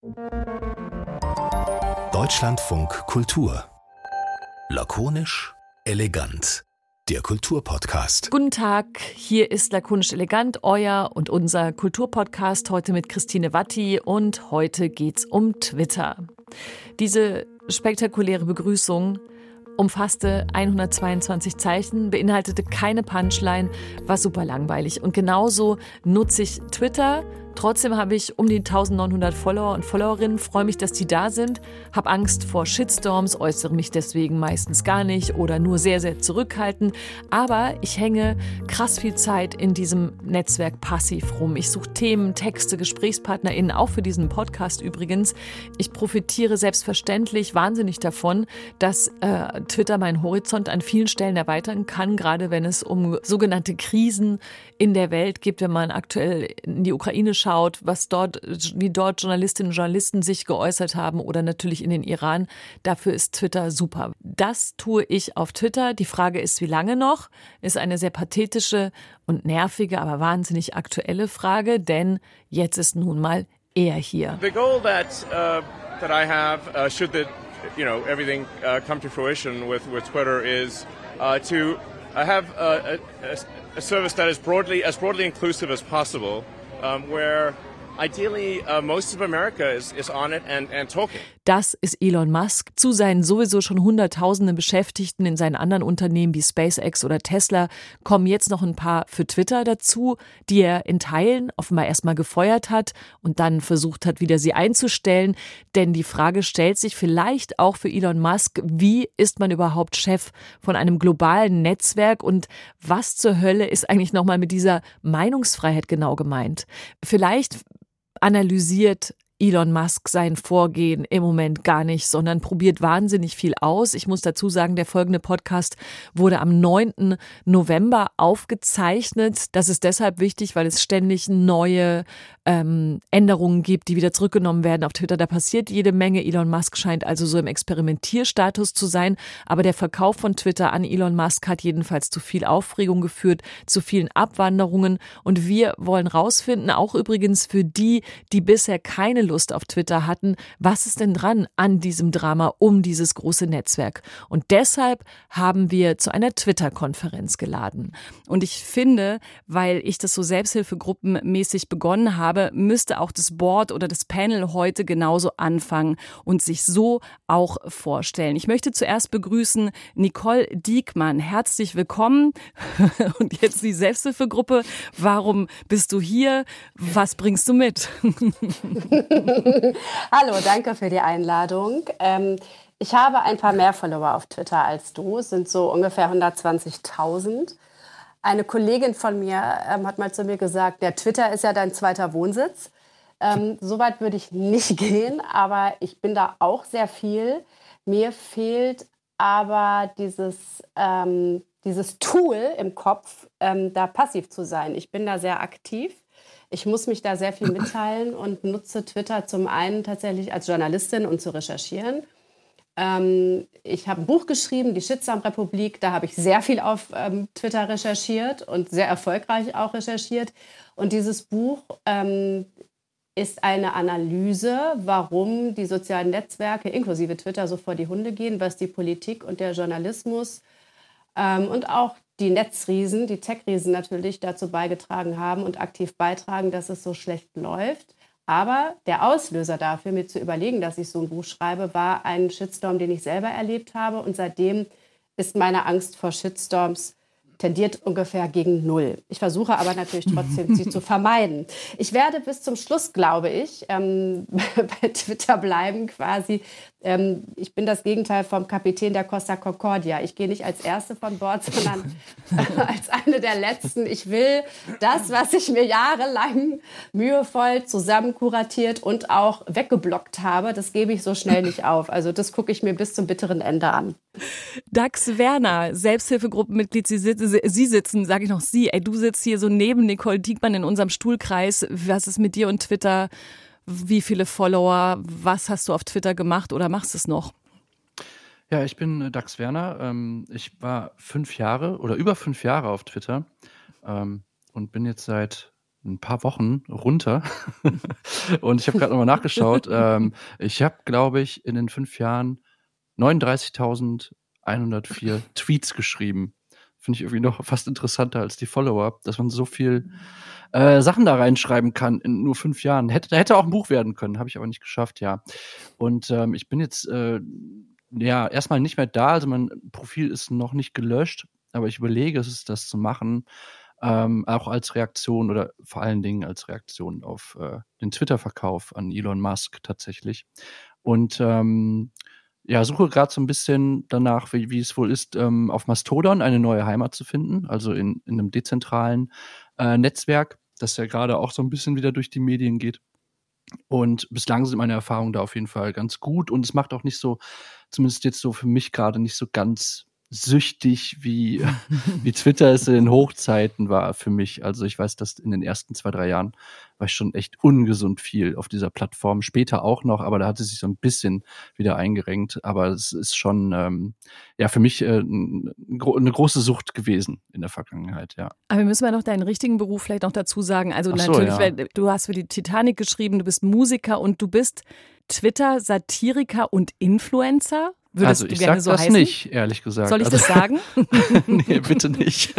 Deutschlandfunk Kultur. Lakonisch, elegant. Der Kulturpodcast. Guten Tag, hier ist Lakonisch Elegant, euer und unser Kulturpodcast, heute mit Christine Watti, und heute geht's um Twitter. Diese spektakuläre Begrüßung umfasste 122 Zeichen, beinhaltete keine Punchline, war super langweilig. Und genauso nutze ich Twitter. Trotzdem habe ich um die 1900 Follower und Followerinnen, freue mich, dass die da sind, habe Angst vor Shitstorms, äußere mich deswegen meistens gar nicht oder nur sehr, sehr zurückhaltend. Aber ich hänge krass viel Zeit in diesem Netzwerk passiv rum. Ich suche Themen, Texte, GesprächspartnerInnen, auch für diesen Podcast übrigens. Ich profitiere selbstverständlich wahnsinnig davon, dass Twitter meinen Horizont an vielen Stellen erweitern kann, gerade wenn es um sogenannte Krisen in der Welt geht, wenn man aktuell in die Ukraine schaut, wie dort Journalistinnen und Journalisten sich geäußert haben oder natürlich in den Iran. Dafür ist Twitter super. Das tue ich auf Twitter. Die Frage ist, wie lange noch? Ist eine sehr pathetische und nervige, aber wahnsinnig aktuelle Frage, denn jetzt ist nun mal er hier. The goal that I have, should everything come to fruition with Twitter is to have a service that is as broadly inclusive as possible, where ideally most of America is on it and talking. Das ist Elon Musk. Zu seinen sowieso schon Hunderttausenden Beschäftigten in seinen anderen Unternehmen wie SpaceX oder Tesla kommen jetzt noch ein paar für Twitter dazu, die er in Teilen offenbar erstmal gefeuert hat und dann versucht hat, wieder sie einzustellen. Denn die Frage stellt sich vielleicht auch für Elon Musk, wie ist man überhaupt Chef von einem globalen Netzwerk und was zur Hölle ist eigentlich nochmal mit dieser Meinungsfreiheit genau gemeint? Vielleicht analysiert Elon Musk sein Vorgehen im Moment gar nicht, sondern probiert wahnsinnig viel aus. Ich muss dazu sagen, der folgende Podcast wurde am 9. November aufgezeichnet. Das ist deshalb wichtig, weil es ständig neue Änderungen gibt, die wieder zurückgenommen werden auf Twitter. Da passiert jede Menge. Elon Musk scheint also so im Experimentierstatus zu sein. Aber der Verkauf von Twitter an Elon Musk hat jedenfalls zu viel Aufregung geführt, zu vielen Abwanderungen. Und wir wollen rausfinden, auch übrigens für die bisher keine Lust auf Twitter hatten, was ist denn dran an diesem Drama um dieses große Netzwerk? Und deshalb haben wir zu einer Twitter-Konferenz geladen. Und ich finde, weil ich das so selbsthilfegruppenmäßig begonnen habe, müsste auch das Board oder das Panel heute genauso anfangen und sich so auch vorstellen. Ich möchte zuerst begrüßen Nicole Diekmann. Herzlich willkommen. Und jetzt die Selbsthilfegruppe. Warum bist du hier? Was bringst du mit? Hallo, danke für die Einladung. Ich habe ein paar mehr Follower auf Twitter als du, es sind so ungefähr 120.000. Eine Kollegin von mir hat mal zu mir gesagt, der Twitter ist ja dein zweiter Wohnsitz. Soweit würde ich nicht gehen, aber ich bin da auch sehr viel. Mir fehlt aber dieses Tool im Kopf, da passiv zu sein. Ich bin da sehr aktiv. Ich muss mich da sehr viel mitteilen und nutze Twitter zum einen tatsächlich als Journalistin und zu recherchieren. Ich habe ein Buch geschrieben, die Shitstorm-Republik. Da habe ich sehr viel auf Twitter recherchiert und sehr erfolgreich auch recherchiert. Und dieses Buch ist eine Analyse, warum die sozialen Netzwerke inklusive Twitter so vor die Hunde gehen, was die Politik und der Journalismus und auch die Netzriesen, die Tech-Riesen natürlich dazu beigetragen haben und aktiv beitragen, dass es so schlecht läuft. Aber der Auslöser dafür, mir zu überlegen, dass ich so ein Buch schreibe, war ein Shitstorm, den ich selber erlebt habe. Und seitdem ist meine Angst vor Shitstorms tendiert ungefähr gegen 0. Ich versuche aber natürlich trotzdem, sie zu vermeiden. Ich werde bis zum Schluss, glaube ich, bei Twitter bleiben quasi. Ich bin das Gegenteil vom Kapitän der Costa Concordia. Ich gehe nicht als Erste von Bord, sondern als eine der Letzten. Ich will das, was ich mir jahrelang mühevoll zusammenkuratiert und auch weggeblockt habe, das gebe ich so schnell nicht auf. Also das gucke ich mir bis zum bitteren Ende an. Dax Werner, Selbsthilfegruppenmitglied, Sie sitzen, sage ich noch Sie, du sitzt hier so neben Nicole Diekmann in unserem Stuhlkreis. Was ist mit dir und Twitter? Wie viele Follower? Was hast du auf Twitter gemacht oder machst es noch? Ja, ich bin Dax Werner. Ich war 5 Jahre oder über 5 Jahre auf Twitter und bin jetzt seit ein paar Wochen runter. Und ich habe gerade nochmal nachgeschaut. Ich habe, glaube ich, in den 5 Jahren 39.104 Tweets geschrieben. Finde ich irgendwie noch fast interessanter als die Follower, dass man so viel Sachen da reinschreiben kann in nur 5 Jahren. Da hätte auch ein Buch werden können, habe ich aber nicht geschafft, ja. Und ich bin jetzt erstmal nicht mehr da, also mein Profil ist noch nicht gelöscht, aber ich überlege es, das zu machen, auch als Reaktion oder vor allen Dingen als Reaktion auf den Twitter-Verkauf an Elon Musk tatsächlich. Und suche gerade so ein bisschen danach, wie es wohl ist, auf Mastodon eine neue Heimat zu finden, also in einem dezentralen Netzwerk, das ja gerade auch so ein bisschen wieder durch die Medien geht. Und bislang sind meine Erfahrungen da auf jeden Fall ganz gut und es macht auch nicht so, zumindest jetzt so für mich gerade nicht so ganz süchtig, wie Twitter es in den Hochzeiten war für mich. Also ich weiß, dass in den ersten 2, 3 Jahren war ich schon echt ungesund viel auf dieser Plattform. Später auch noch, aber da hat es sich so ein bisschen wieder eingerenkt. Aber es ist schon für mich eine große Sucht gewesen in der Vergangenheit, ja. Aber wir müssen ja noch deinen richtigen Beruf vielleicht noch dazu sagen. Also Ach so, natürlich, ja. weil du hast für die Titanic geschrieben, du bist Musiker und du bist Twitter-Satiriker und Influencer. Würdest Also du ich gerne sag so das heißen? nicht, ehrlich gesagt. Soll ich Also, das sagen? Nee, bitte nicht.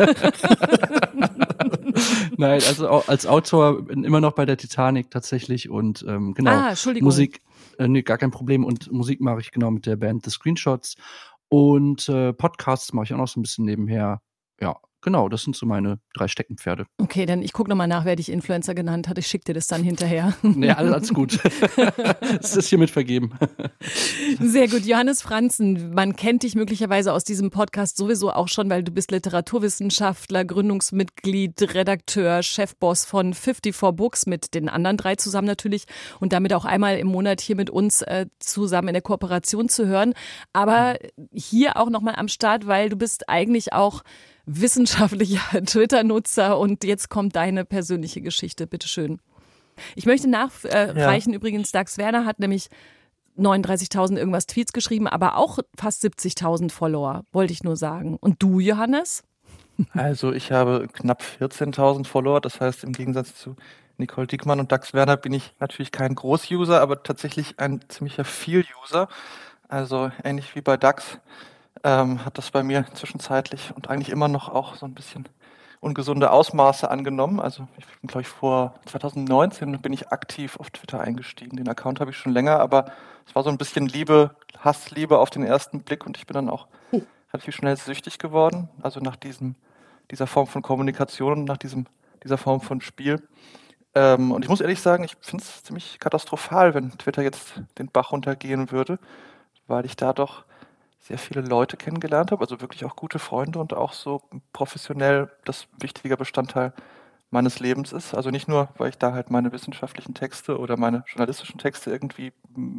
Nein, also als Autor bin immer noch bei der Titanic tatsächlich und genau. Ah, Entschuldigung. Musik, nee, gar kein Problem. Und Musik mache ich genau mit der Band The Screenshots. Und Podcasts mache ich auch noch so ein bisschen nebenher. Ja, genau, das sind so meine 3 Steckenpferde. Okay, dann ich gucke nochmal nach, wer dich Influencer genannt hat. Ich schicke dir das dann hinterher. Nee, alles gut. Es ist hiermit vergeben. Sehr gut. Johannes Franzen, man kennt dich möglicherweise aus diesem Podcast sowieso auch schon, weil du bist Literaturwissenschaftler, Gründungsmitglied, Redakteur, Chefboss von 54 Books mit den anderen 3 zusammen natürlich und damit auch einmal im Monat hier mit uns zusammen in der Kooperation zu hören. Aber hier auch nochmal am Start, weil du bist eigentlich auch wissenschaftlicher Twitter-Nutzer und jetzt kommt deine persönliche Geschichte. Bitteschön. Ich möchte nachreichen, übrigens, Dax Werner hat nämlich 39.000 irgendwas Tweets geschrieben, aber auch fast 70.000 Follower, wollte ich nur sagen. Und du, Johannes? Also ich habe knapp 14.000 Follower, das heißt im Gegensatz zu Nicole Diekmann und Dax Werner bin ich natürlich kein Groß-User, aber tatsächlich ein ziemlicher Viel-User. Also ähnlich wie bei Dax hat das bei mir zwischenzeitlich und eigentlich immer noch auch so ein bisschen ungesunde Ausmaße angenommen. Also ich bin, glaube ich, vor 2019 bin ich aktiv auf Twitter eingestiegen. Den Account habe ich schon länger, aber es war so ein bisschen Hassliebe auf den ersten Blick und ich bin dann auch relativ schnell süchtig geworden. Also nach dieser Form von Kommunikation, nach dieser Form von Spiel. Und ich muss ehrlich sagen, ich finde es ziemlich katastrophal, wenn Twitter jetzt den Bach runtergehen würde, weil ich da doch sehr viele Leute kennengelernt habe, also wirklich auch gute Freunde und auch so professionell das wichtiger Bestandteil meines Lebens ist. Also nicht nur, weil ich da halt meine wissenschaftlichen Texte oder meine journalistischen Texte irgendwie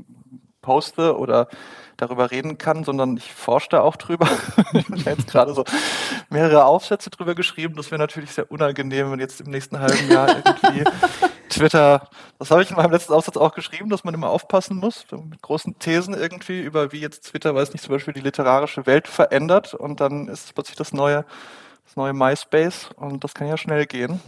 poste oder darüber reden kann, sondern ich forsche da auch drüber. Ich habe jetzt gerade so mehrere Aufsätze drüber geschrieben. Das wäre natürlich sehr unangenehm, wenn jetzt im nächsten halben Jahr irgendwie Twitter, das habe ich in meinem letzten Aufsatz auch geschrieben, dass man immer aufpassen muss, mit großen Thesen irgendwie über wie jetzt Twitter, weiß nicht, zum Beispiel die literarische Welt verändert und dann ist plötzlich das neue MySpace und das kann ja schnell gehen.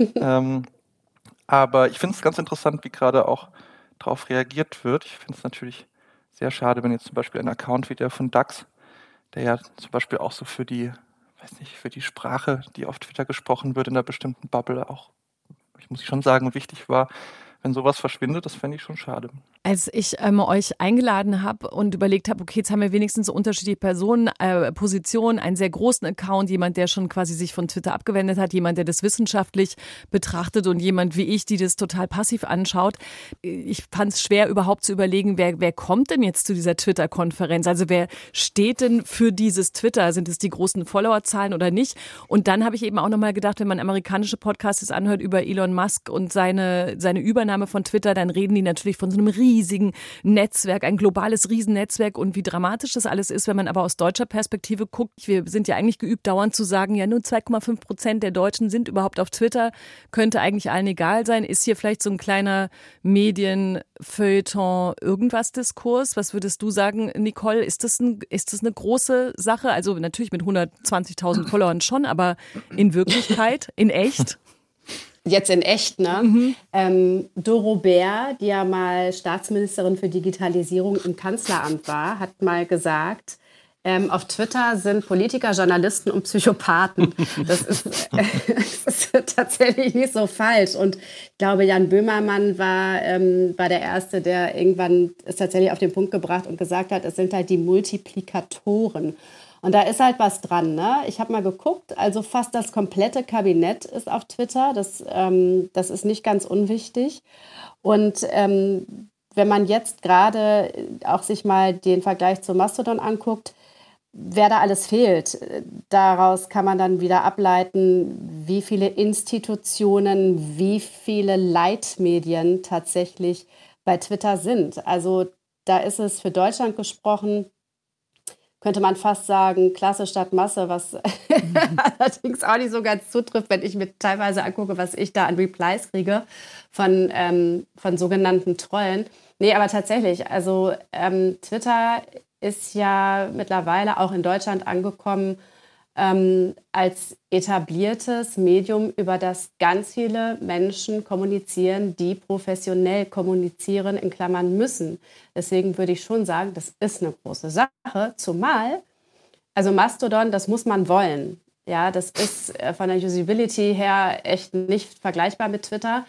Aber ich finde es ganz interessant, wie gerade auch darauf reagiert wird. Ich finde es natürlich sehr schade, wenn jetzt zum Beispiel ein Account wie der von Dax, der ja zum Beispiel auch so für die Sprache, die auf Twitter gesprochen wird, in einer bestimmten Bubble auch, ich muss schon sagen, wichtig war, wenn sowas verschwindet, das fände ich schon schade. Als ich euch eingeladen habe und überlegt habe, okay, jetzt haben wir wenigstens so unterschiedliche Personen, Positionen, einen sehr großen Account, jemand, der schon quasi sich von Twitter abgewendet hat, jemand, der das wissenschaftlich betrachtet und jemand wie ich, die das total passiv anschaut. Ich fand es schwer, überhaupt zu überlegen, wer kommt denn jetzt zu dieser Twitter-Konferenz? Also wer steht denn für dieses Twitter? Sind es die großen Followerzahlen oder nicht? Und dann habe ich eben auch nochmal gedacht, wenn man amerikanische Podcasts anhört über Elon Musk und seine Übernahme von Twitter, dann reden die natürlich von so einem riesigen Netzwerk, ein globales Riesennetzwerk und wie dramatisch das alles ist, wenn man aber aus deutscher Perspektive guckt. Wir sind ja eigentlich geübt, dauernd zu sagen, ja nur 2,5% der Deutschen sind überhaupt auf Twitter, könnte eigentlich allen egal sein. Ist hier vielleicht so ein kleiner Medienfeuilleton irgendwas Diskurs? Was würdest du sagen, Nicole? Ist das eine große Sache? Also natürlich mit 120.000 Followern schon, aber in Wirklichkeit, in echt? jetzt in echt, ne? Doro Bär, die ja mal Staatsministerin für Digitalisierung im Kanzleramt war, hat mal gesagt, auf Twitter sind Politiker, Journalisten und Psychopathen. Das ist tatsächlich nicht so falsch. Und ich glaube, Jan Böhmermann war der Erste, der irgendwann es tatsächlich auf den Punkt gebracht und gesagt hat, es sind halt die Multiplikatoren. Und da ist halt was dran, ne? Ich habe mal geguckt, also fast das komplette Kabinett ist auf Twitter. Das ist nicht ganz unwichtig. Und wenn man jetzt gerade auch sich mal den Vergleich zu Mastodon anguckt, wer da alles fehlt, daraus kann man dann wieder ableiten, wie viele Institutionen, wie viele Leitmedien tatsächlich bei Twitter sind. Also da ist es für Deutschland gesprochen, könnte man fast sagen, Klasse statt Masse, was allerdings auch nicht so ganz zutrifft, wenn ich mir teilweise angucke, was ich da an Replies kriege von sogenannten Trollen. Nee, aber tatsächlich, also Twitter ist ja mittlerweile auch in Deutschland angekommen als etabliertes Medium, über das ganz viele Menschen kommunizieren, die professionell kommunizieren, in Klammern müssen. Deswegen würde ich schon sagen, das ist eine große Sache, zumal, also Mastodon, das muss man wollen. Ja, das ist von der Usability her echt nicht vergleichbar mit Twitter.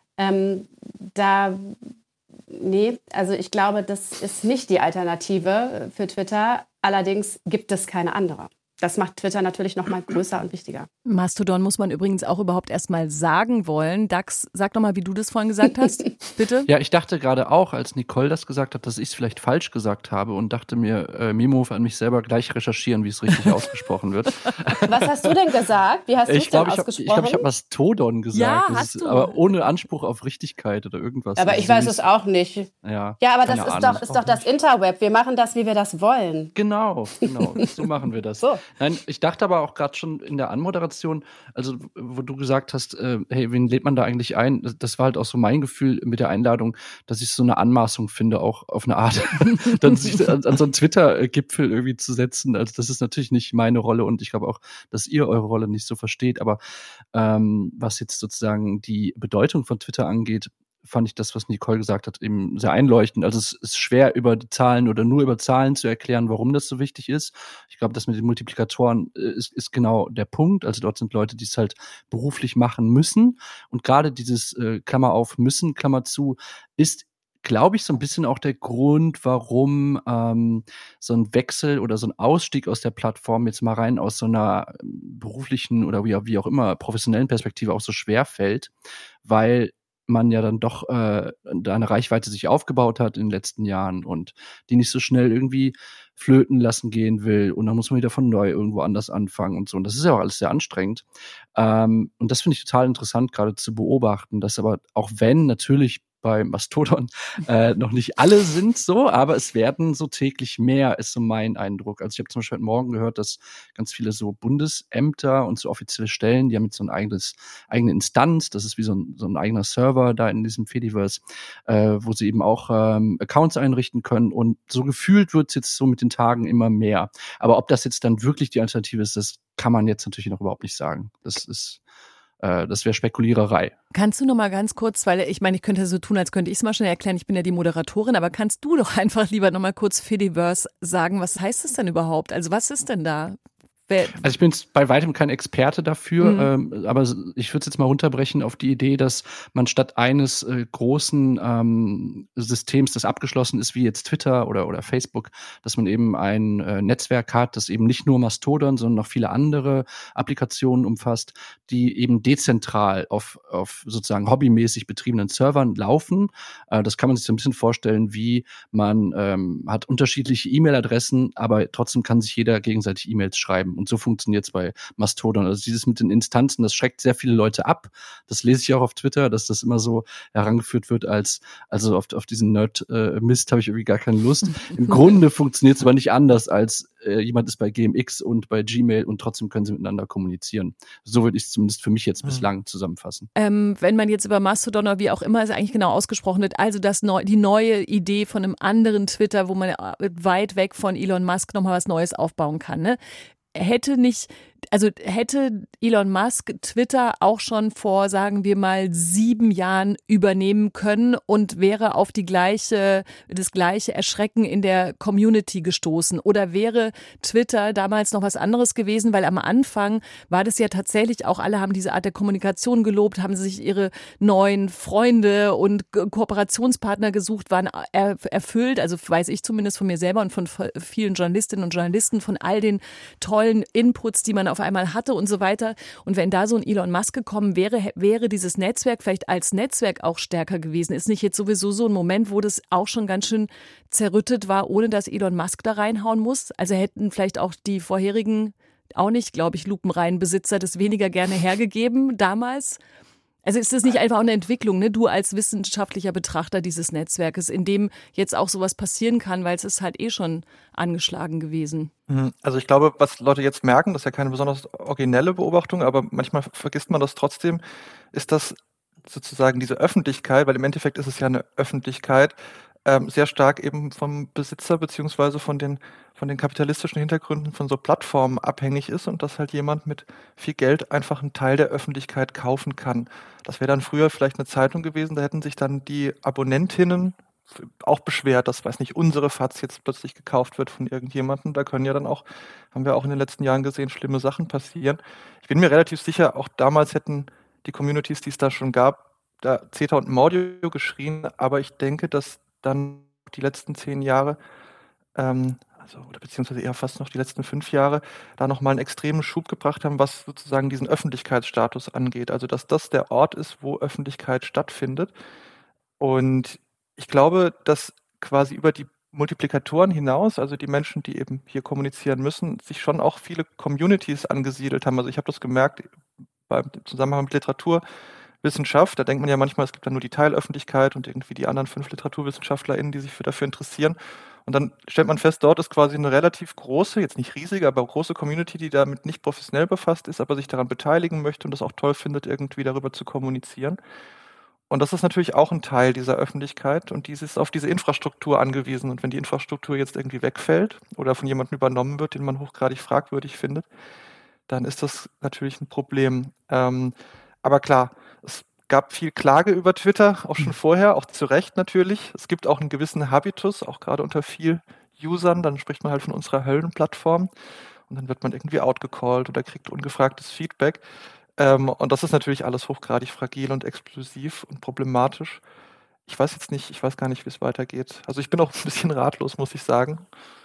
Nee, also ich glaube, das ist nicht die Alternative für Twitter. Allerdings gibt es keine andere. Das macht Twitter natürlich noch mal größer und wichtiger. Mastodon muss man übrigens auch überhaupt erst mal sagen wollen. Dax, sag doch mal, wie du das vorhin gesagt hast, bitte. Ja, ich dachte gerade auch, als Nicole das gesagt hat, dass ich es vielleicht falsch gesagt habe und dachte mir, Mimo an mich selber gleich recherchieren, wie es richtig ausgesprochen wird. Was hast du denn gesagt? Wie hast du es denn ausgesprochen? Ich glaube, ich habe Mastodon gesagt. Ja, hast du. Aber ohne Anspruch auf Richtigkeit oder irgendwas. Aber ich weiß es auch nicht. Ja, aber das ist doch das Interweb. Wir machen das, wie wir das wollen. Genau. So machen wir das. So. Nein, ich dachte aber auch gerade schon in der Anmoderation, also wo du gesagt hast, hey, wen lädt man da eigentlich ein? Das war halt auch so mein Gefühl mit der Einladung, dass ich so eine Anmaßung finde, auch auf eine Art, dann sich an so einen Twitter-Gipfel irgendwie zu setzen. Also das ist natürlich nicht meine Rolle und ich glaube auch, dass ihr eure Rolle nicht so versteht. Aber was jetzt sozusagen die Bedeutung von Twitter angeht, fand ich das, was Nicole gesagt hat, eben sehr einleuchtend. Also es ist schwer über die Zahlen oder nur über Zahlen zu erklären, warum das so wichtig ist. Ich glaube, das mit den Multiplikatoren ist genau der Punkt. Also dort sind Leute, die es halt beruflich machen müssen. Und gerade dieses Klammer auf müssen, Klammer zu, ist, glaube ich, so ein bisschen auch der Grund, warum so ein Wechsel oder so ein Ausstieg aus der Plattform jetzt mal rein aus so einer beruflichen oder wie auch immer professionellen Perspektive auch so schwer fällt, weil man ja dann doch da eine Reichweite sich aufgebaut hat in den letzten Jahren und die nicht so schnell irgendwie flöten lassen gehen will und dann muss man wieder von neu irgendwo anders anfangen und so. Und das ist ja auch alles sehr anstrengend. Und das finde ich total interessant gerade zu beobachten, dass aber auch wenn natürlich bei Mastodon noch nicht alle sind so, aber es werden so täglich mehr, ist so mein Eindruck. Also ich habe zum Beispiel heute Morgen gehört, dass ganz viele so Bundesämter und so offizielle Stellen, die haben jetzt so ein eigene Instanz, das ist wie so ein eigener Server da in diesem Fediverse, wo sie eben auch Accounts einrichten können und so gefühlt wird es jetzt so mit den Tagen immer mehr. Aber ob das jetzt dann wirklich die Alternative ist, das kann man jetzt natürlich noch überhaupt nicht sagen. Das wäre Spekuliererei. Kannst du noch mal ganz kurz, weil ich meine, ich könnte so tun, als könnte ich es mal schnell erklären, ich bin ja die Moderatorin, aber kannst du doch einfach lieber noch mal kurz Fediverse sagen, was heißt das denn überhaupt? Also was ist denn da? Also ich bin jetzt bei weitem kein Experte dafür, aber ich würde es jetzt mal runterbrechen auf die Idee, dass man statt eines großen Systems, das abgeschlossen ist, wie jetzt Twitter oder Facebook, dass man eben ein Netzwerk hat, das eben nicht nur Mastodon, sondern noch viele andere Applikationen umfasst, die eben dezentral auf sozusagen hobbymäßig betriebenen Servern laufen. Das kann man sich so ein bisschen vorstellen, wie man hat unterschiedliche E-Mail-Adressen, aber trotzdem kann sich jeder gegenseitig E-Mails schreiben. Und so funktioniert es bei Mastodon. Also dieses mit den Instanzen, das schreckt sehr viele Leute ab. Das lese ich auch auf Twitter, dass das immer so herangeführt wird also auf diesen Nerd-Mist habe ich irgendwie gar keine Lust. Im Grunde funktioniert es aber nicht anders, als jemand ist bei GMX und bei Gmail und trotzdem können sie miteinander kommunizieren. So würde ich es zumindest für mich jetzt bislang zusammenfassen. Wenn man jetzt über Mastodon oder wie auch immer es eigentlich genau ausgesprochen wird, also die neue Idee von einem anderen Twitter, wo man weit weg von Elon Musk nochmal was Neues aufbauen kann, ne? Hätte nicht Also hätte Elon Musk Twitter auch schon vor, sagen wir mal, 7 Jahren übernehmen können und wäre auf das gleiche Erschrecken in der Community gestoßen? Oder wäre Twitter damals noch was anderes gewesen? Weil am Anfang war das ja tatsächlich auch, alle haben diese Art der Kommunikation gelobt, haben sich ihre neuen Freunde und Kooperationspartner gesucht, waren erfüllt, also weiß ich zumindest von mir selber und von vielen Journalistinnen und Journalisten, von all den tollen Inputs, die man auf einmal hatte und so weiter. Und wenn da so ein Elon Musk gekommen wäre dieses Netzwerk vielleicht als Netzwerk auch stärker gewesen. Ist nicht jetzt sowieso so ein Moment, wo das auch schon ganz schön zerrüttet war, ohne dass Elon Musk da reinhauen muss? Also hätten vielleicht auch die vorherigen, auch nicht, glaube ich, lupenreihen das weniger gerne hergegeben damals? Also ist das nicht einfach auch eine Entwicklung, ne? Du als wissenschaftlicher Betrachter dieses Netzwerkes, in dem jetzt auch sowas passieren kann, weil es ist halt schon angeschlagen gewesen. Also ich glaube, was Leute jetzt merken, das ist ja keine besonders originelle Beobachtung, aber manchmal vergisst man das trotzdem, ist, dass sozusagen diese Öffentlichkeit, weil im Endeffekt ist es ja eine Öffentlichkeit, sehr stark eben vom Besitzer beziehungsweise von den kapitalistischen Hintergründen von so Plattformen abhängig ist und dass halt jemand mit viel Geld einfach einen Teil der Öffentlichkeit kaufen kann. Das wäre dann früher vielleicht eine Zeitung gewesen, da hätten sich dann die Abonnentinnen auch beschwert, dass, weiß nicht, unsere FAZ jetzt plötzlich gekauft wird von irgendjemandem. Da können ja dann auch, haben wir auch in den letzten Jahren gesehen, schlimme Sachen passieren. Ich bin mir relativ sicher, auch damals hätten die Communities, die es da schon gab, da Zeta und Mordio geschrien, aber ich denke, dass dann die letzten 10 Jahre, oder beziehungsweise eher fast noch die letzten 5 Jahre, da nochmal einen extremen Schub gebracht haben, was sozusagen diesen Öffentlichkeitsstatus angeht. Also dass das der Ort ist, wo Öffentlichkeit stattfindet. Und ich glaube, dass quasi über die Multiplikatoren hinaus, also die Menschen, die eben hier kommunizieren müssen, sich schon auch viele Communities angesiedelt haben. Also ich habe das gemerkt beim Zusammenhang mit Literaturwissenschaft, da denkt man ja manchmal, es gibt dann nur die Teilöffentlichkeit und irgendwie die anderen 5 LiteraturwissenschaftlerInnen, die sich dafür interessieren. Und dann stellt man fest, dort ist quasi eine relativ große, jetzt nicht riesige, aber große Community, die damit nicht professionell befasst ist, aber sich daran beteiligen möchte und das auch toll findet, irgendwie darüber zu kommunizieren. Und das ist natürlich auch ein Teil dieser Öffentlichkeit und dies ist auf diese Infrastruktur angewiesen. Und wenn die Infrastruktur jetzt irgendwie wegfällt oder von jemandem übernommen wird, den man hochgradig fragwürdig findet, dann ist das natürlich ein Problem. Aber klar, es gab viel Klage über Twitter, auch schon vorher, auch zu Recht natürlich. Es gibt auch einen gewissen Habitus, auch gerade unter viel Usern. Dann spricht man halt von unserer Höllenplattform und dann wird man irgendwie outgecallt oder kriegt ungefragtes Feedback. Und das ist natürlich alles hochgradig fragil und explosiv und problematisch. Ich weiß gar nicht, wie es weitergeht. Also ich bin auch ein bisschen ratlos, muss ich sagen.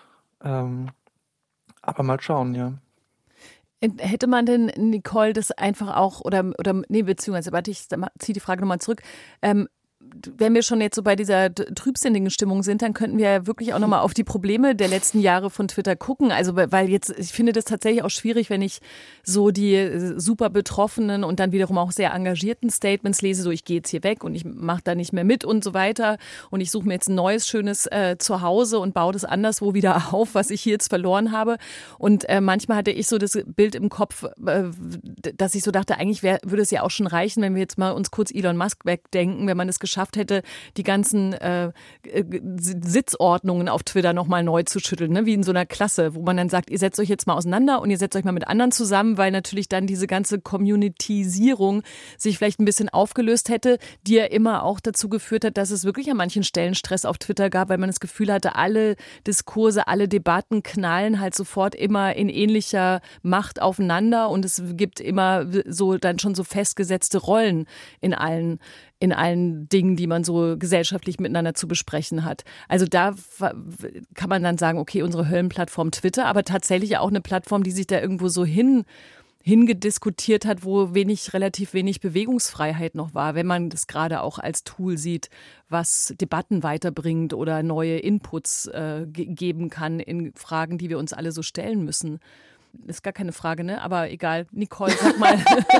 Aber mal schauen, ja. Hätte man denn, Nicole, das einfach auch, beziehungsweise, warte, ich ziehe die Frage nochmal zurück. Wenn wir schon jetzt so bei dieser trübsinnigen Stimmung sind, dann könnten wir ja wirklich auch nochmal auf die Probleme der letzten Jahre von Twitter gucken. Also, weil jetzt, ich finde das tatsächlich auch schwierig, wenn ich so die super betroffenen und dann wiederum auch sehr engagierten Statements lese, so ich gehe jetzt hier weg und ich mache da nicht mehr mit und so weiter und ich suche mir jetzt ein neues, schönes Zuhause und baue das anderswo wieder auf, was ich hier jetzt verloren habe. Und manchmal hatte ich so das Bild im Kopf, dass ich so dachte, eigentlich würde es ja auch schon reichen, wenn wir jetzt mal uns kurz Elon Musk wegdenken, wenn man es geschafft hätte, die ganzen Sitzordnungen auf Twitter nochmal neu zu schütteln, ne? Wie in so einer Klasse, wo man dann sagt, ihr setzt euch jetzt mal auseinander und ihr setzt euch mal mit anderen zusammen, weil natürlich dann diese ganze Communitisierung sich vielleicht ein bisschen aufgelöst hätte, die ja immer auch dazu geführt hat, dass es wirklich an manchen Stellen Stress auf Twitter gab, weil man das Gefühl hatte, alle Diskurse, alle Debatten knallen halt sofort immer in ähnlicher Macht aufeinander und es gibt immer so dann schon so festgesetzte Rollen in allen Dingen, die man so gesellschaftlich miteinander zu besprechen hat. Also da kann man dann sagen, okay, unsere Höllenplattform Twitter, aber tatsächlich auch eine Plattform, die sich da irgendwo so hingediskutiert hat, wo relativ wenig Bewegungsfreiheit noch war, wenn man das gerade auch als Tool sieht, was Debatten weiterbringt oder neue Inputs geben kann in Fragen, die wir uns alle so stellen müssen. Ist gar keine Frage, ne? Aber egal. Nicole, sag mal,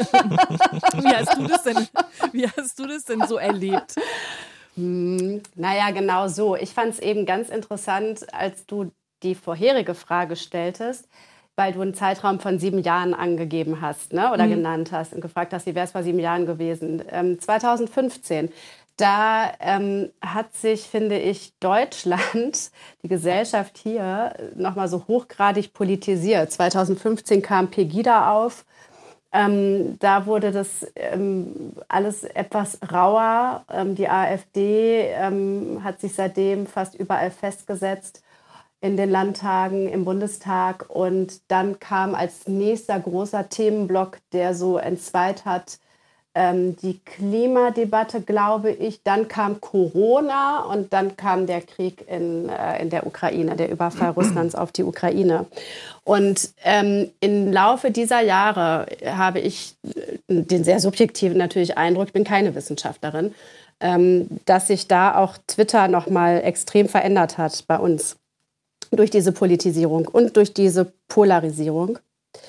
wie hast du das denn so erlebt? Naja, genau so. Ich fand es eben ganz interessant, als du die vorherige Frage stelltest, weil du einen Zeitraum von 7 Jahren angegeben hast, ne? Oder genannt hast und gefragt hast, wie wäre es vor 7 Jahren gewesen. 2015. Da hat sich, finde ich, Deutschland, die Gesellschaft hier, nochmal so hochgradig politisiert. 2015 kam Pegida auf. Da wurde das alles etwas rauer. Die AfD hat sich seitdem fast überall festgesetzt, in den Landtagen, im Bundestag. Und dann kam als nächster großer Themenblock, der so entzweit hat, die Klimadebatte, glaube ich. Dann kam Corona und dann kam der Krieg in der Ukraine, der Überfall Russlands auf die Ukraine. Und im Laufe dieser Jahre habe ich den sehr subjektiven natürlich Eindruck, ich bin keine Wissenschaftlerin, dass sich da auch Twitter noch mal extrem verändert hat bei uns durch diese Politisierung und durch diese Polarisierung.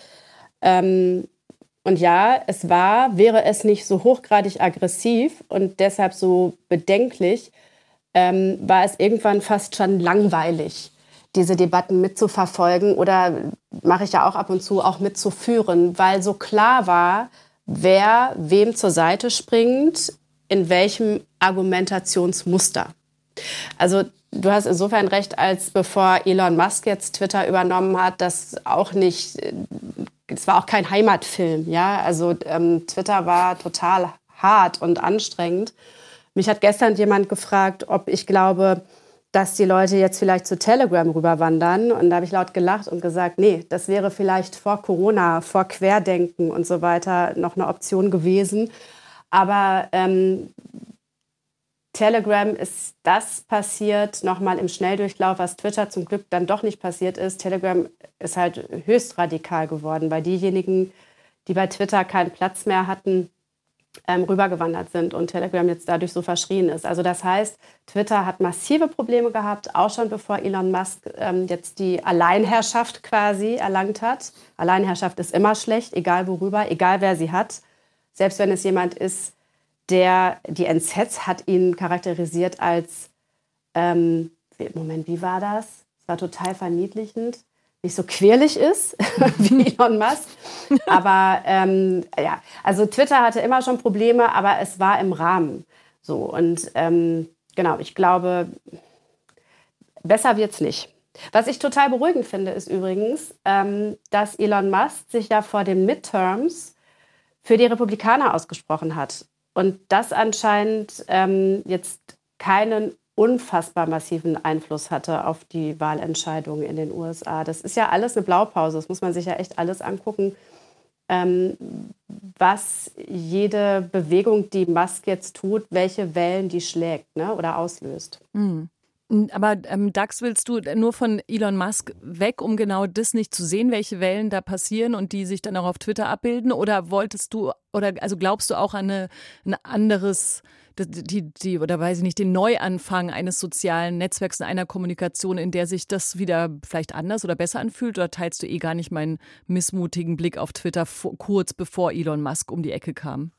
Und ja, wäre es nicht so hochgradig aggressiv und deshalb so bedenklich, war es irgendwann fast schon langweilig, diese Debatten mitzuverfolgen oder mache ich ja auch ab und zu auch mitzuführen, weil so klar war, wer wem zur Seite springt, in welchem Argumentationsmuster. Also du hast insofern recht, als bevor Elon Musk jetzt Twitter übernommen hat, es war auch kein Heimatfilm, ja. Also Twitter war total hart und anstrengend. Mich hat gestern jemand gefragt, ob ich glaube, dass die Leute jetzt vielleicht zu Telegram rüberwandern. Und da habe ich laut gelacht und gesagt, nee, das wäre vielleicht vor Corona, vor Querdenken und so weiter noch eine Option gewesen. Aber Telegram ist das passiert, nochmal im Schnelldurchlauf, was Twitter zum Glück dann doch nicht passiert ist. Telegram ist halt höchst radikal geworden, weil diejenigen, die bei Twitter keinen Platz mehr hatten, rübergewandert sind und Telegram jetzt dadurch so verschrien ist. Also das heißt, Twitter hat massive Probleme gehabt, auch schon bevor Elon Musk jetzt die Alleinherrschaft quasi erlangt hat. Alleinherrschaft ist immer schlecht, egal worüber, egal wer sie hat. Selbst wenn es jemand ist, die NZZ hat ihn charakterisiert als, wie war das? Es war total verniedlichend, nicht so quirlig ist wie Elon Musk. Aber ja, also Twitter hatte immer schon Probleme, aber es war im Rahmen. So, und genau, ich glaube, besser wird's nicht. Was ich total beruhigend finde, ist übrigens, dass Elon Musk sich ja vor den Midterms für die Republikaner ausgesprochen hat. Und das anscheinend jetzt keinen unfassbar massiven Einfluss hatte auf die Wahlentscheidungen in den USA. Das ist ja alles eine Blaupause. Das muss man sich ja echt alles angucken, was jede Bewegung, die Musk jetzt tut, welche Wellen die schlägt, ne, oder auslöst. Mhm. Aber Dax, willst du nur von Elon Musk weg, um genau das nicht zu sehen, welche Wellen da passieren und die sich dann auch auf Twitter abbilden? Oder glaubst du auch an ein anderes, oder weiß ich nicht, den Neuanfang eines sozialen Netzwerks, in einer Kommunikation, in der sich das wieder vielleicht anders oder besser anfühlt? Oder teilst du gar nicht meinen missmutigen Blick auf Twitter kurz bevor Elon Musk um die Ecke kam?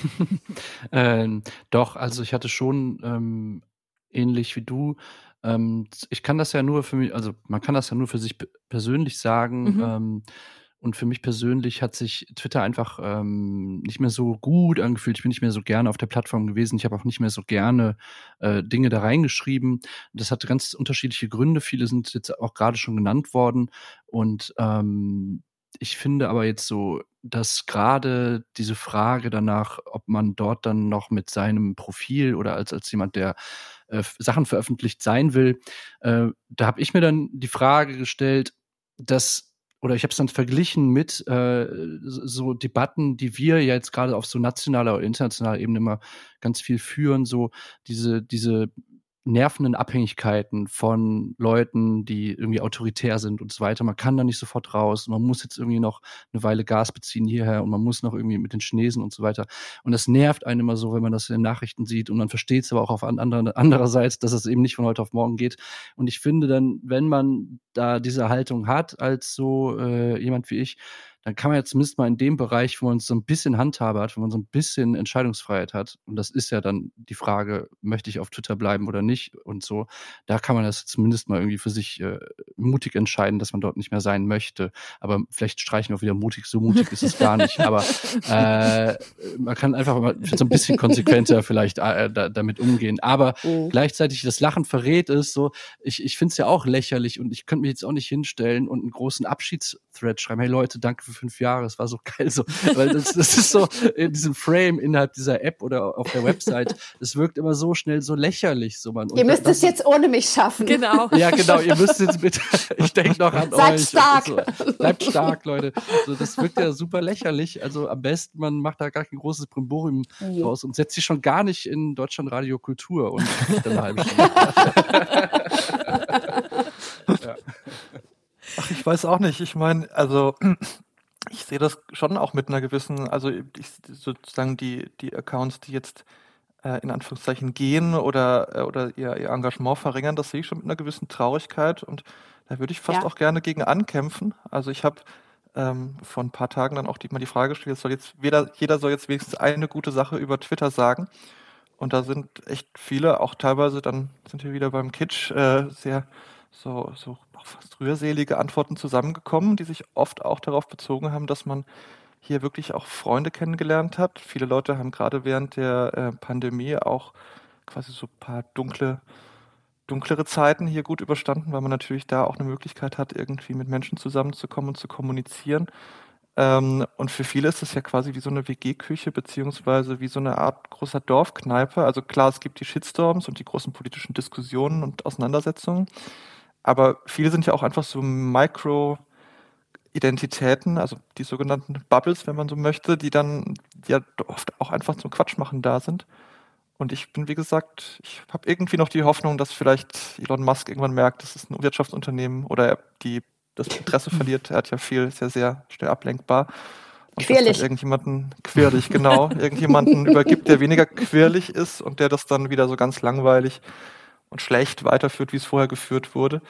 Doch, also ich hatte schon ähnlich wie du. Ich kann das ja nur für mich, also man kann das ja nur für sich persönlich sagen. Und für mich persönlich hat sich Twitter einfach nicht mehr so gut angefühlt. Ich bin nicht mehr so gerne auf der Plattform gewesen. Ich habe auch nicht mehr so gerne Dinge da reingeschrieben. Das hatte ganz unterschiedliche Gründe. Viele sind jetzt auch gerade schon genannt worden. Und ich finde aber jetzt so, dass gerade diese Frage danach, ob man dort dann noch mit seinem Profil oder als jemand, der Sachen veröffentlicht sein will, da habe ich mir dann die Frage gestellt, oder ich habe es dann verglichen mit so Debatten, die wir ja jetzt gerade auf so nationaler oder internationaler Ebene immer ganz viel führen, so diese nervenden Abhängigkeiten von Leuten, die irgendwie autoritär sind und so weiter. Man kann da nicht sofort raus. Man muss jetzt irgendwie noch eine Weile Gas beziehen hierher und man muss noch irgendwie mit den Chinesen und so weiter. Und das nervt einen immer so, wenn man das in den Nachrichten sieht, und man versteht es aber auch andererseits, dass es eben nicht von heute auf morgen geht. Und ich finde dann, wenn man da diese Haltung hat als so jemand wie ich, dann kann man ja zumindest mal in dem Bereich, wo man so ein bisschen Handhabe hat, wo man so ein bisschen Entscheidungsfreiheit hat, und das ist ja dann die Frage, möchte ich auf Twitter bleiben oder nicht und so, da kann man das zumindest mal irgendwie für sich mutig entscheiden, dass man dort nicht mehr sein möchte. Aber vielleicht streichen wir auch wieder mutig, so mutig ist es gar nicht. Aber man kann einfach mal so ein bisschen konsequenter vielleicht damit umgehen. Aber gleichzeitig das Lachen verrät es so, ich finde es ja auch lächerlich und ich könnte mich jetzt auch nicht hinstellen und einen großen Abschiedsthread schreiben. Hey Leute, danke für 5 Jahre, es war so geil. So, weil das ist so in diesem Frame innerhalb dieser App oder auf der Website, es wirkt immer so schnell so lächerlich. So, ihr müsst es jetzt ohne mich schaffen. Genau. Ja, genau, ihr müsst jetzt bitte, ich denke noch an Seid euch. stark. So, bleibt stark, Leute. So, das wirkt ja super lächerlich. Also am besten, man macht da gar kein großes Brimborium draus und setzt sich schon gar nicht in Deutschlandradio Kultur und dann eine halbe Stunde. Ja. Ach, ich weiß auch nicht. Ich meine, also ich sehe das schon auch mit einer gewissen, also sozusagen die Accounts, die jetzt in Anführungszeichen gehen oder ihr Engagement verringern, das sehe ich schon mit einer gewissen Traurigkeit und da würde ich fast auch gerne gegen ankämpfen. Also ich habe vor ein paar Tagen dann auch mal die Frage gestellt, jeder soll jetzt wenigstens eine gute Sache über Twitter sagen. Und da sind echt viele, auch teilweise, dann sind wir wieder beim Kitsch, sehr so auch fast rührselige Antworten zusammengekommen, die sich oft auch darauf bezogen haben, dass man hier wirklich auch Freunde kennengelernt hat. Viele Leute haben gerade während der Pandemie auch quasi so ein paar dunklere Zeiten hier gut überstanden, weil man natürlich da auch eine Möglichkeit hat, irgendwie mit Menschen zusammenzukommen und zu kommunizieren. Und für viele ist das ja quasi wie so eine WG-Küche beziehungsweise wie so eine Art großer Dorfkneipe. Also klar, es gibt die Shitstorms und die großen politischen Diskussionen und Auseinandersetzungen, aber viele sind ja auch einfach so Micro-Identitäten, also die sogenannten Bubbles, wenn man so möchte, die dann ja oft auch einfach zum Quatschmachen da sind. Und ich bin, wie gesagt, ich habe irgendwie noch die Hoffnung, dass vielleicht Elon Musk irgendwann merkt, das ist ein Wirtschaftsunternehmen oder das Interesse verliert. Er hat ja viel, ist ja sehr schnell ablenkbar. Und quirlig. Irgendjemanden übergibt, der weniger quirlig ist und der das dann wieder so ganz langweilig und schlecht weiterführt, wie es vorher geführt wurde.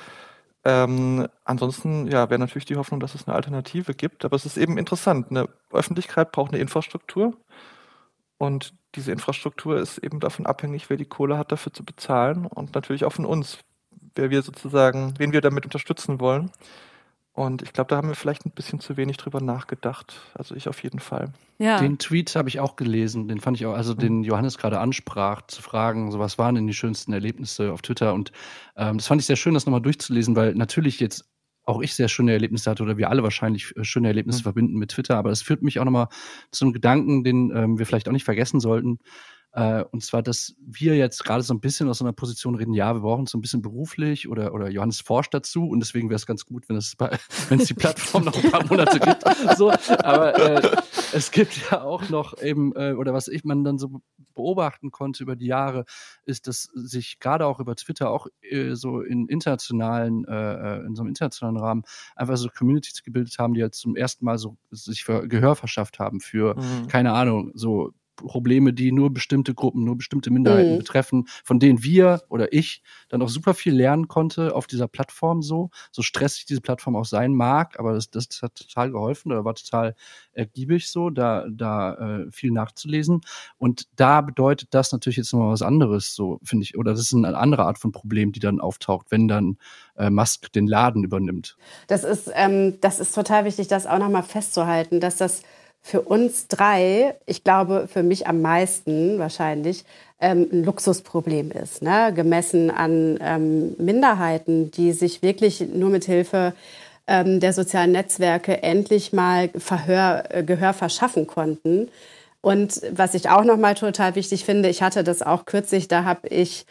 Ansonsten, wäre natürlich die Hoffnung, dass es eine Alternative gibt. Aber es ist eben interessant. Eine Öffentlichkeit braucht eine Infrastruktur. Und diese Infrastruktur ist eben davon abhängig, wer die Kohle hat, dafür zu bezahlen. Und natürlich auch von uns, wen wir damit unterstützen wollen. Und ich glaube, da haben wir vielleicht ein bisschen zu wenig drüber nachgedacht. Also ich auf jeden Fall. Ja. Den Tweet habe ich auch gelesen, den fand ich auch, also den Johannes gerade ansprach, zu fragen, so was waren denn die schönsten Erlebnisse auf Twitter, und das fand ich sehr schön, das nochmal durchzulesen, weil natürlich jetzt auch ich sehr schöne Erlebnisse hatte oder wir alle wahrscheinlich schöne Erlebnisse verbinden mit Twitter, aber das führt mich auch nochmal zu einem Gedanken, den wir vielleicht auch nicht vergessen sollten. Und zwar, dass wir jetzt gerade so ein bisschen aus so einer Position reden, ja, wir brauchen es so ein bisschen beruflich oder Johannes forscht dazu und deswegen wäre es ganz gut, wenn es die Plattform noch ein paar Monate gibt. So, aber es gibt ja auch noch eben, oder was man dann so beobachten konnte über die Jahre, ist, dass sich gerade auch über Twitter auch so in so einem internationalen Rahmen einfach so Communities gebildet haben, die halt zum ersten Mal so sich Gehör verschafft haben für, keine Ahnung, so Probleme, die nur bestimmte Gruppen, nur bestimmte Minderheiten betreffen, von denen wir oder ich dann auch super viel lernen konnte auf dieser Plattform, so stressig diese Plattform auch sein mag, aber das hat total geholfen oder war total ergiebig so, da viel nachzulesen, und da bedeutet das natürlich jetzt nochmal was anderes, so finde ich, oder das ist eine andere Art von Problem, die dann auftaucht, wenn dann Musk den Laden übernimmt. Das ist total wichtig, das auch nochmal festzuhalten, dass das für uns drei, ich glaube für mich am meisten wahrscheinlich, ein Luxusproblem ist, ne? Gemessen an Minderheiten, die sich wirklich nur mit Hilfe der sozialen Netzwerke endlich mal Gehör verschaffen konnten. Und was ich auch noch mal total wichtig finde, ich hatte das auch kürzlich, da habe ich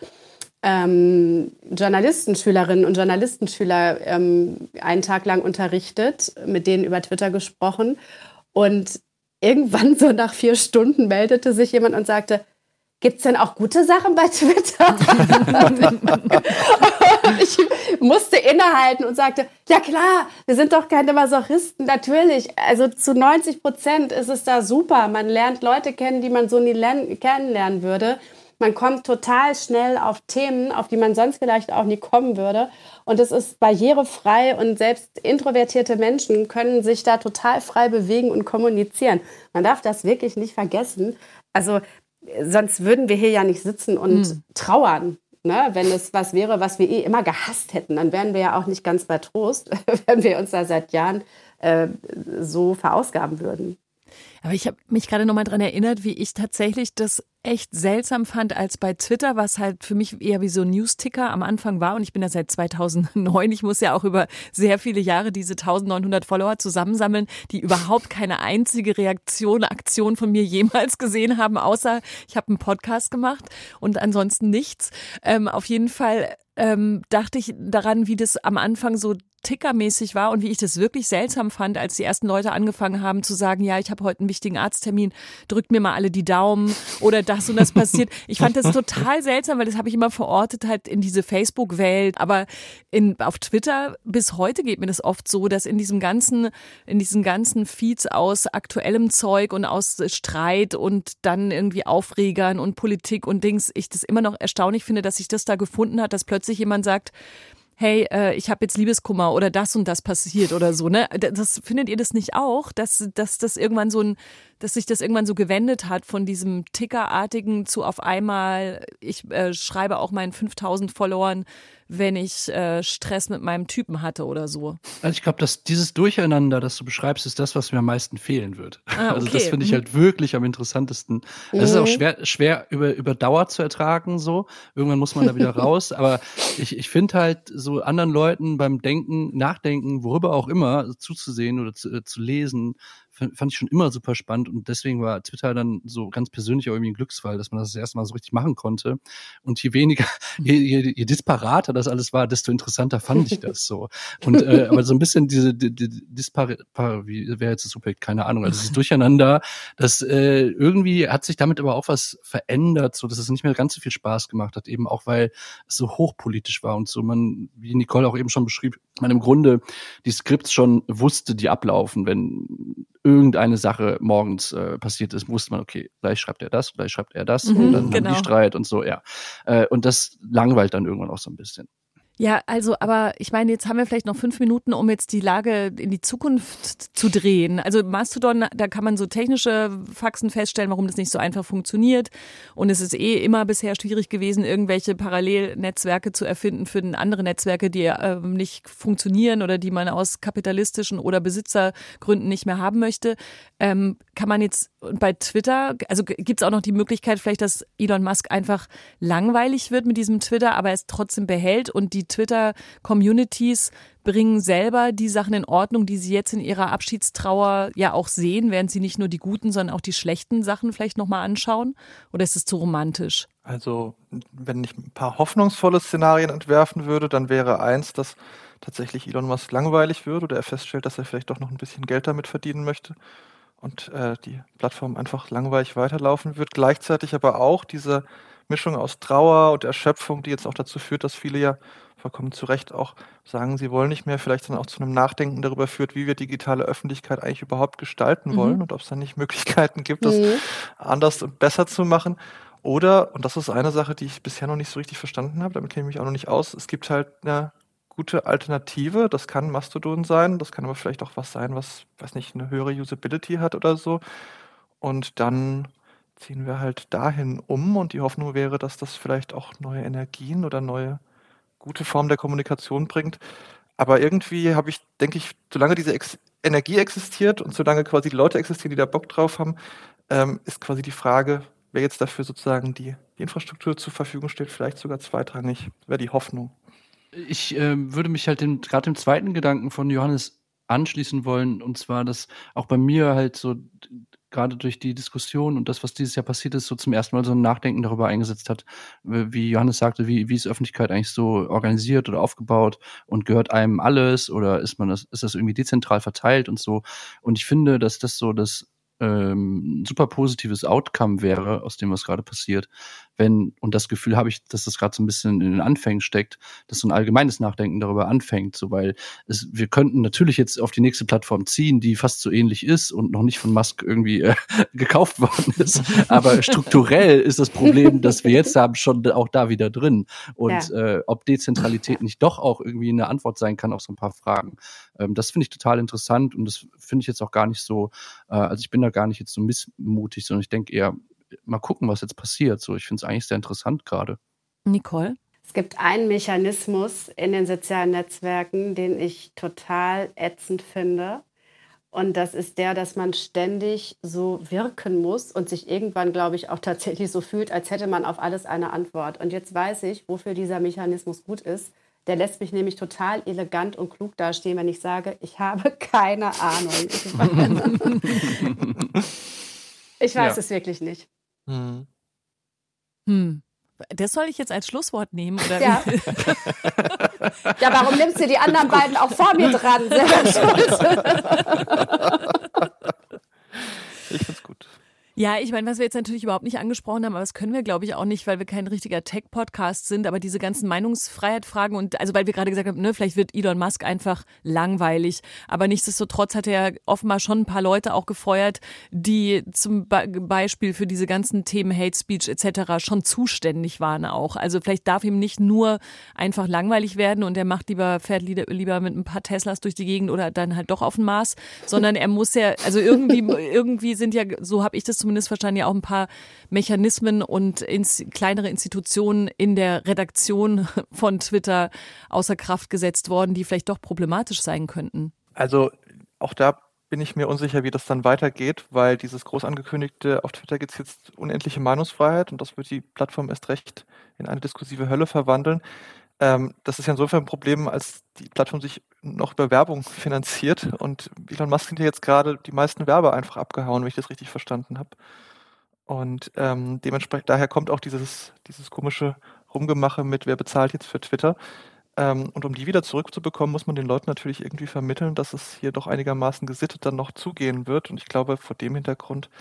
Journalistenschülerinnen und Journalistenschüler einen Tag lang unterrichtet, mit denen über Twitter gesprochen. Und irgendwann so nach 4 Stunden meldete sich jemand und sagte, gibt's denn auch gute Sachen bei Twitter? Und ich musste innehalten und sagte, ja klar, wir sind doch keine Masochisten, natürlich. Also zu 90% ist es da super. Man lernt Leute kennen, die man so nie kennenlernen würde. Man kommt total schnell auf Themen, auf die man sonst vielleicht auch nie kommen würde. Und es ist barrierefrei und selbst introvertierte Menschen können sich da total frei bewegen und kommunizieren. Man darf das wirklich nicht vergessen. Also sonst würden wir hier ja nicht sitzen und trauern. Ne? Wenn es was wäre, was wir immer gehasst hätten, dann wären wir ja auch nicht ganz bei Trost, wenn wir uns da seit Jahren so verausgaben würden. Aber ich habe mich gerade noch mal dran erinnert, wie ich tatsächlich das echt seltsam fand, als bei Twitter, was halt für mich eher wie so ein Newsticker am Anfang war. Und ich bin ja seit 2009. Ich muss ja auch über sehr viele Jahre diese 1900 Follower zusammensammeln, die überhaupt keine einzige Aktion von mir jemals gesehen haben, außer ich habe einen Podcast gemacht und ansonsten nichts. Auf jeden Fall dachte ich daran, wie das am Anfang so tickermäßig war und wie ich das wirklich seltsam fand, als die ersten Leute angefangen haben zu sagen, ja, ich habe heute einen wichtigen Arzttermin, drückt mir mal alle die Daumen oder das und das passiert. Ich fand das total seltsam, weil das habe ich immer verortet halt in diese Facebook-Welt. Aber auf Twitter bis heute geht mir das oft so, dass in diesen ganzen Feeds aus aktuellem Zeug und aus Streit und dann irgendwie Aufregern und Politik und Dings, ich das immer noch erstaunlich finde, dass sich das da gefunden hat, dass plötzlich jemand sagt, hey, ich habe jetzt Liebeskummer oder das und das passiert oder so, ne? Das findet ihr das nicht auch, dass das irgendwann dass sich das irgendwann so gewendet hat von diesem Tickerartigen zu auf einmal, ich schreibe auch meinen 5000 Followern, wenn ich Stress mit meinem Typen hatte oder so. Also ich glaube, dass dieses Durcheinander, das du beschreibst, ist das, was mir am meisten fehlen wird. Okay. Also das finde ich halt wirklich am interessantesten. Es ist auch schwer über Dauer zu ertragen, so. Irgendwann muss man da wieder raus. Aber ich finde halt so anderen Leuten beim Nachdenken, worüber auch immer, zuzusehen oder zu lesen, fand ich schon immer super spannend und deswegen war Twitter dann so ganz persönlich auch irgendwie ein Glücksfall, dass man das erste Mal so richtig machen konnte. Und je disparater das alles war, desto interessanter fand ich das so. Und aber so ein bisschen wie wäre jetzt das Subjekt, keine Ahnung, also dieses Durcheinander, das irgendwie hat sich damit aber auch was verändert, so dass es nicht mehr ganz so viel Spaß gemacht hat, eben auch weil es so hochpolitisch war und so man, wie Nicole auch eben schon beschrieb, man im Grunde die Skripts schon wusste, die ablaufen, wenn irgendeine Sache morgens passiert ist, wusste man, okay, gleich schreibt er das und dann haben die Streit und so, ja. Und das langweilt dann irgendwann auch so ein bisschen. Ja, also, aber ich meine, jetzt haben wir vielleicht noch 5 Minuten, um jetzt die Lage in die Zukunft zu drehen. Also Mastodon, da kann man so technische Faxen feststellen, warum das nicht so einfach funktioniert. Und es ist immer bisher schwierig gewesen, irgendwelche Parallelnetzwerke zu erfinden für andere Netzwerke, die nicht funktionieren oder die man aus kapitalistischen oder Besitzergründen nicht mehr haben möchte. Kann man jetzt bei Twitter, also gibt es auch noch die Möglichkeit vielleicht, dass Elon Musk einfach langweilig wird mit diesem Twitter, aber es trotzdem behält und die Twitter-Communities bringen selber die Sachen in Ordnung, die sie jetzt in ihrer Abschiedstrauer ja auch sehen, während sie nicht nur die guten, sondern auch die schlechten Sachen vielleicht nochmal anschauen? Oder ist es zu romantisch? Also, wenn ich ein paar hoffnungsvolle Szenarien entwerfen würde, dann wäre eins, dass tatsächlich Elon Musk langweilig wird oder er feststellt, dass er vielleicht doch noch ein bisschen Geld damit verdienen möchte und die Plattform einfach langweilig weiterlaufen wird. Gleichzeitig aber auch diese Mischung aus Trauer und Erschöpfung, die jetzt auch dazu führt, dass viele ja vollkommen zu Recht auch sagen, sie wollen nicht mehr, vielleicht dann auch zu einem Nachdenken darüber führt, wie wir digitale Öffentlichkeit eigentlich überhaupt gestalten wollen und ob es dann nicht Möglichkeiten gibt, das anders und besser zu machen. Oder, und das ist eine Sache, die ich bisher noch nicht so richtig verstanden habe, damit kenne ich mich auch noch nicht aus, es gibt halt eine gute Alternative, das kann Mastodon sein, das kann aber vielleicht auch was sein, was, weiß nicht, eine höhere Usability hat oder so. Und dann ziehen wir halt dahin um und die Hoffnung wäre, dass das vielleicht auch neue Energien oder neue gute Formen der Kommunikation bringt. Aber irgendwie denke ich, solange diese Energie existiert und solange quasi die Leute existieren, die da Bock drauf haben, ist quasi die Frage, wer jetzt dafür sozusagen die Infrastruktur zur Verfügung stellt, vielleicht sogar zweitrangig, wäre die Hoffnung. Ich würde mich halt gerade dem zweiten Gedanken von Johannes anschließen wollen, und zwar, dass auch bei mir halt so gerade durch die Diskussion und das, was dieses Jahr passiert ist, so zum ersten Mal so ein Nachdenken darüber eingesetzt hat, wie Johannes sagte, wie ist Öffentlichkeit eigentlich so organisiert oder aufgebaut und gehört einem alles oder ist das irgendwie dezentral verteilt und so. Und ich finde, dass das so das super positives Outcome wäre, aus dem, was gerade passiert, und das Gefühl habe ich, dass das gerade so ein bisschen in den Anfängen steckt, dass so ein allgemeines Nachdenken darüber anfängt, so, weil wir könnten natürlich jetzt auf die nächste Plattform ziehen, die fast so ähnlich ist und noch nicht von Musk irgendwie gekauft worden ist, aber strukturell ist das Problem, das wir jetzt haben, schon auch da wieder drin und ob Dezentralität nicht doch auch irgendwie eine Antwort sein kann auf so ein paar Fragen. Das finde ich total interessant und das finde ich jetzt auch gar nicht so, also ich bin da gar nicht jetzt so missmutig, sondern ich denke eher, mal gucken, was jetzt passiert. So, ich finde es eigentlich sehr interessant gerade. Nicole? Es gibt einen Mechanismus in den sozialen Netzwerken, den ich total ätzend finde. Und das ist der, dass man ständig so wirken muss und sich irgendwann, glaube ich, auch tatsächlich so fühlt, als hätte man auf alles eine Antwort. Und jetzt weiß ich, wofür dieser Mechanismus gut ist. Der lässt mich nämlich total elegant und klug dastehen, wenn ich sage, ich habe keine Ahnung. Ich weiß es wirklich nicht. Das soll ich jetzt als Schlusswort nehmen? Oder? Ja. Ja, warum nimmst du die anderen beiden auch vor mir dran? Ich find's gut. Ja, ich meine, was wir jetzt natürlich überhaupt nicht angesprochen haben, aber das können wir, glaube ich, auch nicht, weil wir kein richtiger Tech-Podcast sind, aber diese ganzen Meinungsfreiheit-Fragen und also weil wir gerade gesagt haben, ne, vielleicht wird Elon Musk einfach langweilig, aber nichtsdestotrotz hat er offenbar schon ein paar Leute auch gefeuert, die zum Beispiel für diese ganzen Themen Hate Speech etc. schon zuständig waren auch. Also vielleicht darf ihm nicht nur einfach langweilig werden und er fährt lieber mit ein paar Teslas durch die Gegend oder dann halt doch auf den Mars, sondern er muss ja, also irgendwie sind ja, so habe ich das zumindest verstanden, ja auch ein paar Mechanismen und kleinere Institutionen in der Redaktion von Twitter außer Kraft gesetzt worden, die vielleicht doch problematisch sein könnten. Also auch da bin ich mir unsicher, wie das dann weitergeht, weil dieses groß angekündigte, auf Twitter gibt es jetzt unendliche Meinungsfreiheit und das wird die Plattform erst recht in eine diskursive Hölle verwandeln. Das ist ja insofern ein Problem, als die Plattform sich noch über Werbung finanziert und Elon Musk hat ja jetzt gerade die meisten Werber einfach abgehauen, wenn ich das richtig verstanden habe. Und dementsprechend, daher kommt auch dieses komische Rumgemache mit, wer bezahlt jetzt für Twitter. Und um die wieder zurückzubekommen, muss man den Leuten natürlich irgendwie vermitteln, dass es hier doch einigermaßen gesittet dann noch zugehen wird. Und ich glaube, vor dem Hintergrund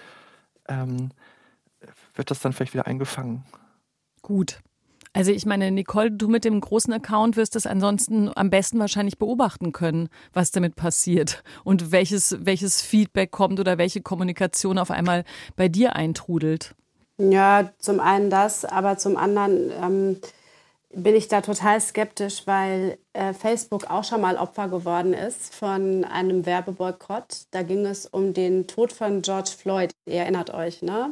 wird das dann vielleicht wieder eingefangen. Gut. Also ich meine, Nicole, du mit dem großen Account wirst es ansonsten am besten wahrscheinlich beobachten können, was damit passiert und welches Feedback kommt oder welche Kommunikation auf einmal bei dir eintrudelt. Ja, zum einen das, aber zum anderen bin ich da total skeptisch, weil Facebook auch schon mal Opfer geworden ist von einem Werbeboykott. Da ging es um den Tod von George Floyd. Ihr erinnert euch, ne?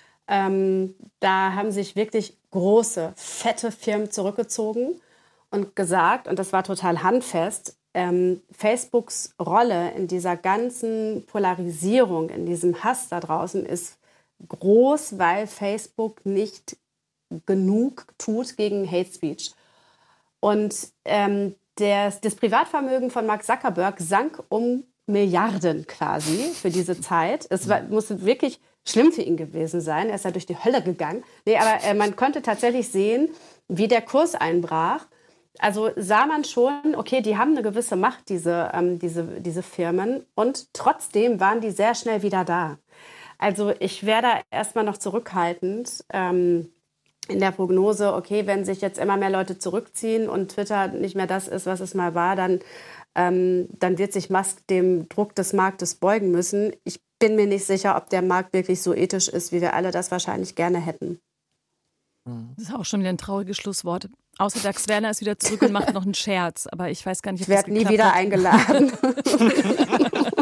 Da haben sich wirklich große, fette Firmen zurückgezogen und gesagt, und das war total handfest, Facebooks Rolle in dieser ganzen Polarisierung, in diesem Hass da draußen ist groß, weil Facebook nicht genug tut gegen Hate Speech. Und das Privatvermögen von Mark Zuckerberg sank um Milliarden quasi für diese Zeit. Es muss wirklich schlimm für ihn gewesen sein. Er ist ja durch die Hölle gegangen. Nee, aber man konnte tatsächlich sehen, wie der Kurs einbrach. Also sah man schon, okay, die haben eine gewisse Macht, diese Firmen. Und trotzdem waren die sehr schnell wieder da. Also ich wäre da erstmal noch zurückhaltend in der Prognose, okay, wenn sich jetzt immer mehr Leute zurückziehen und Twitter nicht mehr das ist, was es mal war, dann wird sich Musk dem Druck des Marktes beugen müssen. Ich bin mir nicht sicher, ob der Markt wirklich so ethisch ist, wie wir alle das wahrscheinlich gerne hätten. Das ist auch schon wieder ein trauriges Schlusswort. Außer Dax Werner ist wieder zurück und macht noch einen Scherz. Aber ich weiß gar nicht, ob das geklappt hat. Ich werde nie wieder eingeladen.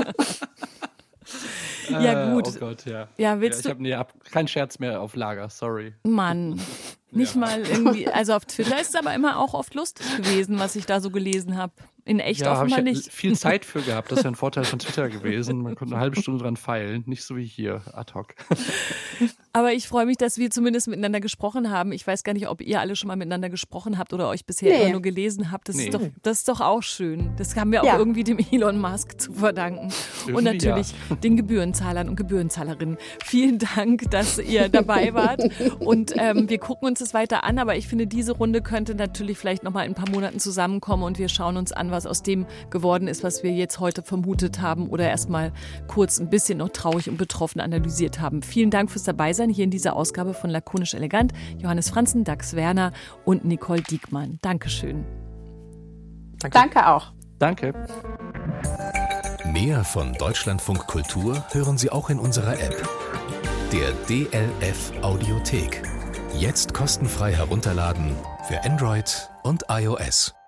Ja, gut. Oh Gott, ja. Ja, ich habe keinen Scherz mehr auf Lager, sorry. Mann. Nicht mal irgendwie, also auf Twitter ist es aber immer auch oft lustig gewesen, was ich da so gelesen habe. In echt offenbar nicht. Ja, viel Zeit für gehabt, das ist ja ein Vorteil von Twitter gewesen. Man konnte eine halbe Stunde dran feilen, nicht so wie hier, ad hoc. Aber ich freue mich, dass wir zumindest miteinander gesprochen haben. Ich weiß gar nicht, ob ihr alle schon mal miteinander gesprochen habt oder euch bisher immer nur gelesen habt. Das ist doch auch schön. Das haben wir auch irgendwie dem Elon Musk zu verdanken. Irgendwie und natürlich den Gebührenzahlern und Gebührenzahlerinnen. Vielen Dank, dass ihr dabei wart. Und wir gucken uns uns das weiter an, aber ich finde, diese Runde könnte natürlich vielleicht nochmal in ein paar Monaten zusammenkommen und wir schauen uns an, was aus dem geworden ist, was wir jetzt heute vermutet haben oder erstmal kurz ein bisschen noch traurig und betroffen analysiert haben. Vielen Dank fürs Dabeisein hier in dieser Ausgabe von Lakonisch Elegant. Johannes Franzen, Dax Werner und Nicole Diekmann. Dankeschön. Danke auch. Danke. Mehr von Deutschlandfunk Kultur hören Sie auch in unserer App, der DLF Audiothek. Jetzt kostenfrei herunterladen für Android und iOS.